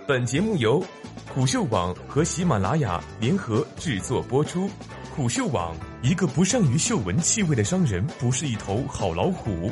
本节目由虎嗅网和喜马拉雅联合制作播出。虎嗅网：一个不善于嗅闻气味的商人不是一头好老虎。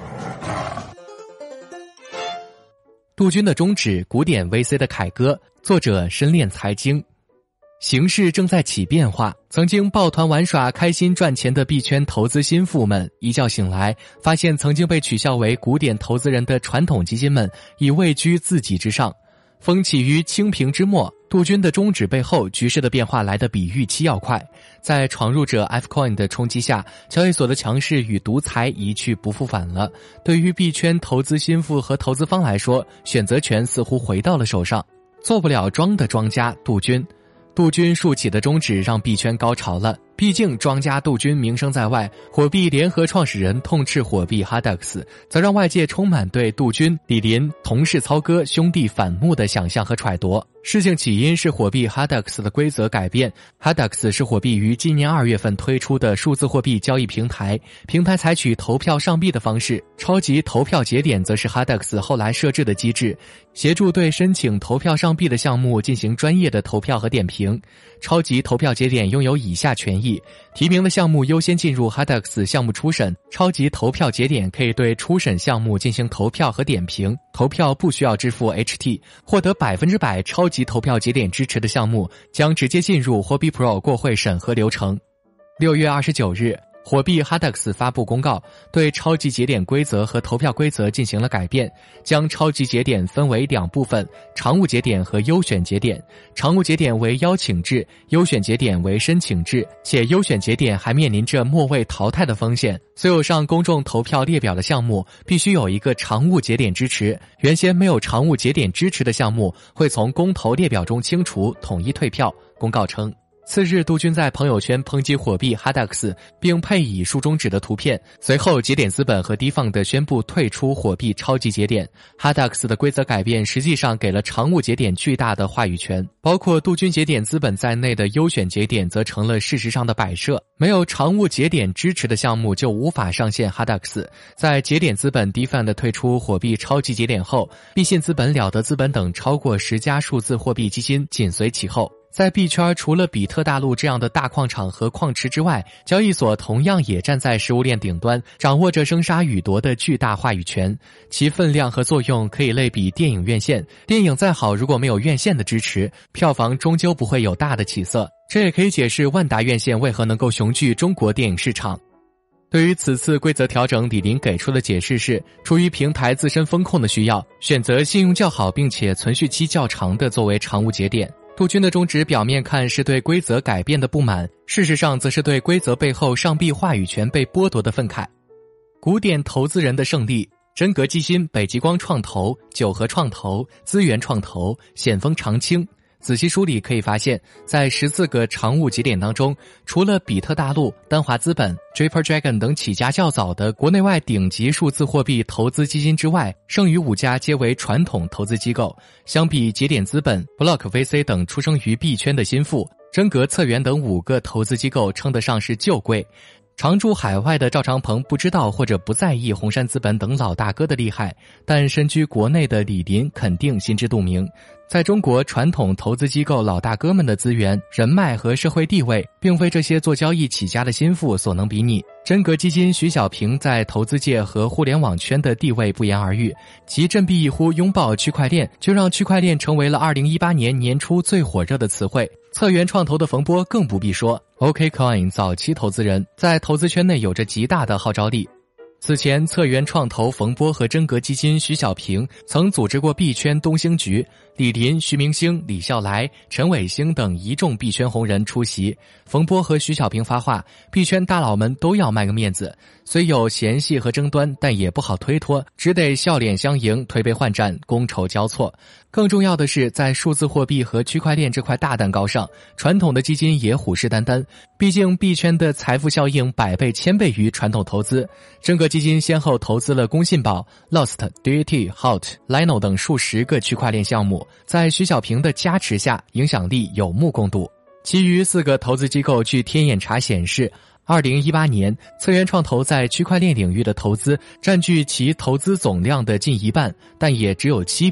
杜军的宗旨，古典 VC 的凯歌。作者深炼财经。形势正在起变化，曾经抱团玩耍开心赚钱的币圈投资心腹们一觉醒来，发现曾经被取笑为古典投资人的传统基金们已位居自己之上。风起于清平之末，杜军的宗旨背后，局势的变化来得比预期要快。在闯入者 Fcoin 的冲击下，交易所的强势与独裁一去不复返了。对于币圈投资心腹和投资方来说，选择权似乎回到了手上。做不了庄的庄家杜军竖起的宗旨让币圈高潮了。毕竟庄家杜军名声在外，火币联合创始人痛斥火币 Haddix， 则让外界充满对杜军、李林、同事操哥兄弟反目的想象和揣度。事情起因是火币 Haddix 的规则改变。Haddix 是火币于今年2月份推出的数字货币交易平台，平台采取投票上币的方式，超级投票节点则是 Haddix 后来设置的机制，协助对申请投票上币的项目进行专业的投票和点评。超级投票节点拥有以下权益：提名的项目优先进入 Haddix 项目初审，超级投票节点可以对初审项目进行投票和点评，投票不需要支付 HT， 获得100%超级投票节点支持的项目将直接进入货币 Pro 过会审核流程。6月29日，火币 Haddix 发布公告，对超级节点规则和投票规则进行了改变，将超级节点分为2部分：常务节点和优选节点。常务节点为邀请制，优选节点为申请制，且优选节点还面临着末位淘汰的风险。所有上公众投票列表的项目必须有一个常务节点支持，原先没有常务节点支持的项目会从公投列表中清除，统一退票。公告称，次日，杜军在朋友圈抨击火币 Haddix， 并配以竖中指的图片。随后，节点资本和Defunct宣布退出火币超级节点。Haddix 的规则改变实际上给了常务节点巨大的话语权，包括杜军节点资本在内的优选节点则成了事实上的摆设。没有常务节点支持的项目就无法上线 Haddix。在节点资本 Defunct 退出火币超级节点后，必信资本、了得资本等超过10家数字货币基金紧随其后。在币圈，除了比特大陆这样的大矿场和矿池之外，交易所同样也站在食物链顶端，掌握着生杀予夺的巨大话语权。其分量和作用可以类比电影院线，电影再好，如果没有院线的支持，票房终究不会有大的起色。这也可以解释万达院线为何能够雄踞中国电影市场。对于此次规则调整，李林给出的解释是，出于平台自身风控的需要，选择信用较好并且存续期较长的作为常务节点。杜军的宗旨表面看是对规则改变的不满，事实上则是对规则背后上币话语权被剥夺的愤慨。古典投资人的胜利，真格基金、北极光创投、九和创投、资源创投、险峰长青。仔细梳理可以发现，在14个常务节点当中，除了比特大陆、丹华资本、Draper Dragon 等起家较早的国内外顶级数字货币投资基金之外，剩余5家皆为传统投资机构。相比节点资本、Block VC 等出生于币圈的心腹，真格、策源等5个投资机构称得上是旧贵。常驻海外的赵长鹏不知道或者不在意红杉资本等老大哥的厉害，但身居国内的李林肯定心知肚明。在中国，传统投资机构老大哥们的资源、人脉和社会地位，并非这些做交易起家的心腹所能比拟。真格基金徐小平在投资界和互联网圈的地位不言而喻，其振臂一呼拥抱区块链，就让区块链成为了2018年年初最火热的词汇。策源创投的冯波更不必说， OKCoin 早期投资人，在投资圈内有着极大的号召力。此前，策源创投冯波和真格基金徐小平曾组织过币圈东兴局，李林、徐明星、李笑来、陈伟星等一众币圈红人出席。冯波和徐小平发话，币圈大佬们都要卖个面子，虽有嫌隙和争端，但也不好推脱，只得笑脸相迎，推杯换盏，觥筹交错。更重要的是，在数字货币和区块链这块大蛋糕上，传统的基金也虎视眈眈。毕竟币圈的财富效应100倍、1000倍于传统投资。真格基金先后投资了工信宝、Lost、DAT、Halt、Lino 等数十个区块链项目，在徐小平的加持下，影响力有目共睹。其余4个投资机构据天眼查显示，2018年，策源创投在区块链领域的投资占据其投资总量的近1半，但也只有7笔。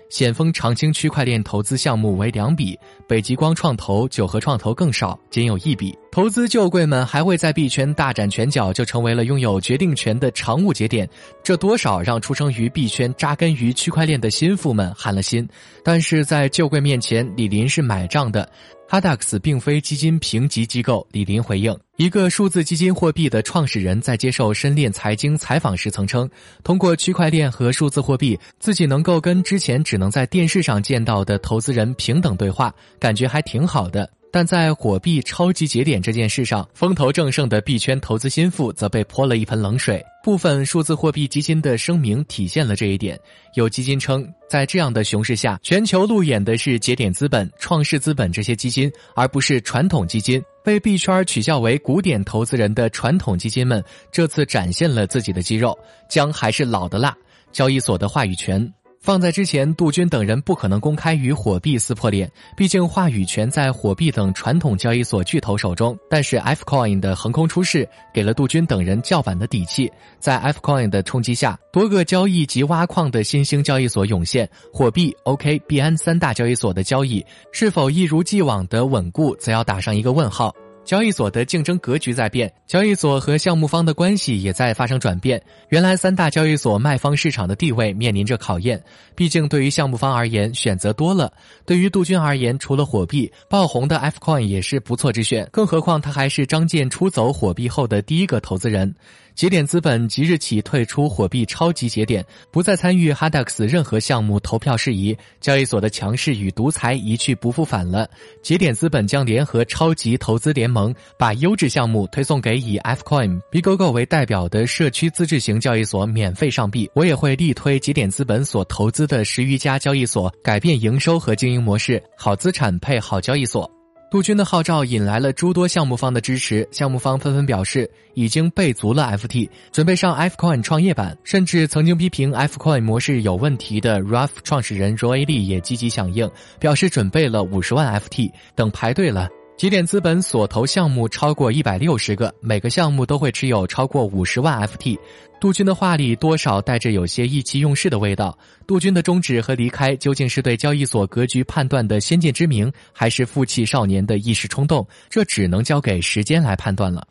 险峰长青区块链投资项目为2笔，北极光创投、九和创投更少，仅有1笔。投资旧贵们还会在币圈大展拳脚，就成为了拥有决定权的常务节点，这多少让出生于币圈、扎根于区块链的心腹们寒了心。但是在旧贵面前，李林是买账的。Hadax 并非基金评级机构，李林回应。一个数字基金货币的创始人在接受深链财经采访时曾称，通过区块链和数字货币，自己能够跟之前只能在电视上见到的投资人平等对话，感觉还挺好的。但在火币超级节点这件事上，风头正盛的币圈投资心腹则被泼了一盆冷水。部分数字货币基金的声明体现了这一点。有基金称，在这样的熊市下，全球路演的是节点资本、创世资本这些基金，而不是传统基金。被币圈取笑为古典投资人的传统基金们，这次展现了自己的肌肉，姜还是老的辣，交易所的话语权。放在之前，杜军等人不可能公开与火币撕破脸，毕竟话语权在火币等传统交易所巨头手中。但是 Fcoin 的横空出世，给了杜军等人叫板的底气。在 Fcoin 的冲击下，多个交易及挖矿的新兴交易所涌现，火币、OK、币安3大交易所的交易是否一如既往的稳固，则要打上一个问号。交易所的竞争格局在变，交易所和项目方的关系也在发生转变。原来3大交易所卖方市场的地位面临着考验，毕竟对于项目方而言选择多了。对于杜军而言，除了火币，爆红的 Fcoin 也是不错之选，更何况他还是张建出走火币后的第一个投资人。节点资本即日起退出火币超级节点，不再参与 Hadax 任何项目投票事宜，交易所的强势与独裁一去不复返了。节点资本将联合超级投资联盟，把优质项目推送给以 Fcoin、Bigogo 为代表的社区自治型交易所免费上币。我也会力推节点资本所投资的10余家交易所改变营收和经营模式，好资产配好交易所。杜军的号召引来了诸多项目方的支持，项目方纷纷表示已经备足了 FT， 准备上 Fcoin 创业板，甚至曾经批评 Fcoin 模式有问题的 Ruff 创始人 Roy Lee 也积极响应，表示准备了50万 FT， 等排队了。节点资本所投项目超过160个，每个项目都会持有超过50万 FT。杜军的话里多少带着有些意气用事的味道。杜军的终止和离开究竟是对交易所格局判断的先见之明，还是负气少年的一时冲动？这只能交给时间来判断了。